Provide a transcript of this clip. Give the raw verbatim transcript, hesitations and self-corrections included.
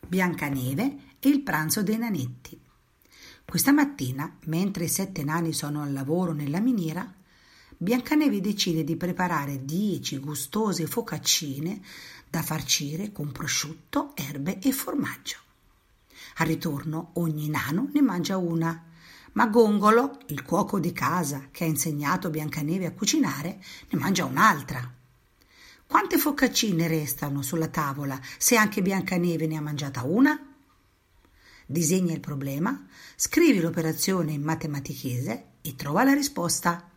Biancaneve e il pranzo dei nanetti. Questa mattina, mentre i sette nani sono al lavoro nella miniera, Biancaneve decide di preparare dieci gustose focaccine da farcire con prosciutto, erbe e formaggio. Al ritorno ogni nano ne mangia una, ma Gongolo, il cuoco di casa che ha insegnato Biancaneve a cucinare, ne mangia un'altra. Quante focaccine restano sulla tavola se anche Biancaneve ne ha mangiata una? Disegna il problema, scrivi l'operazione in matematichese e trova la risposta.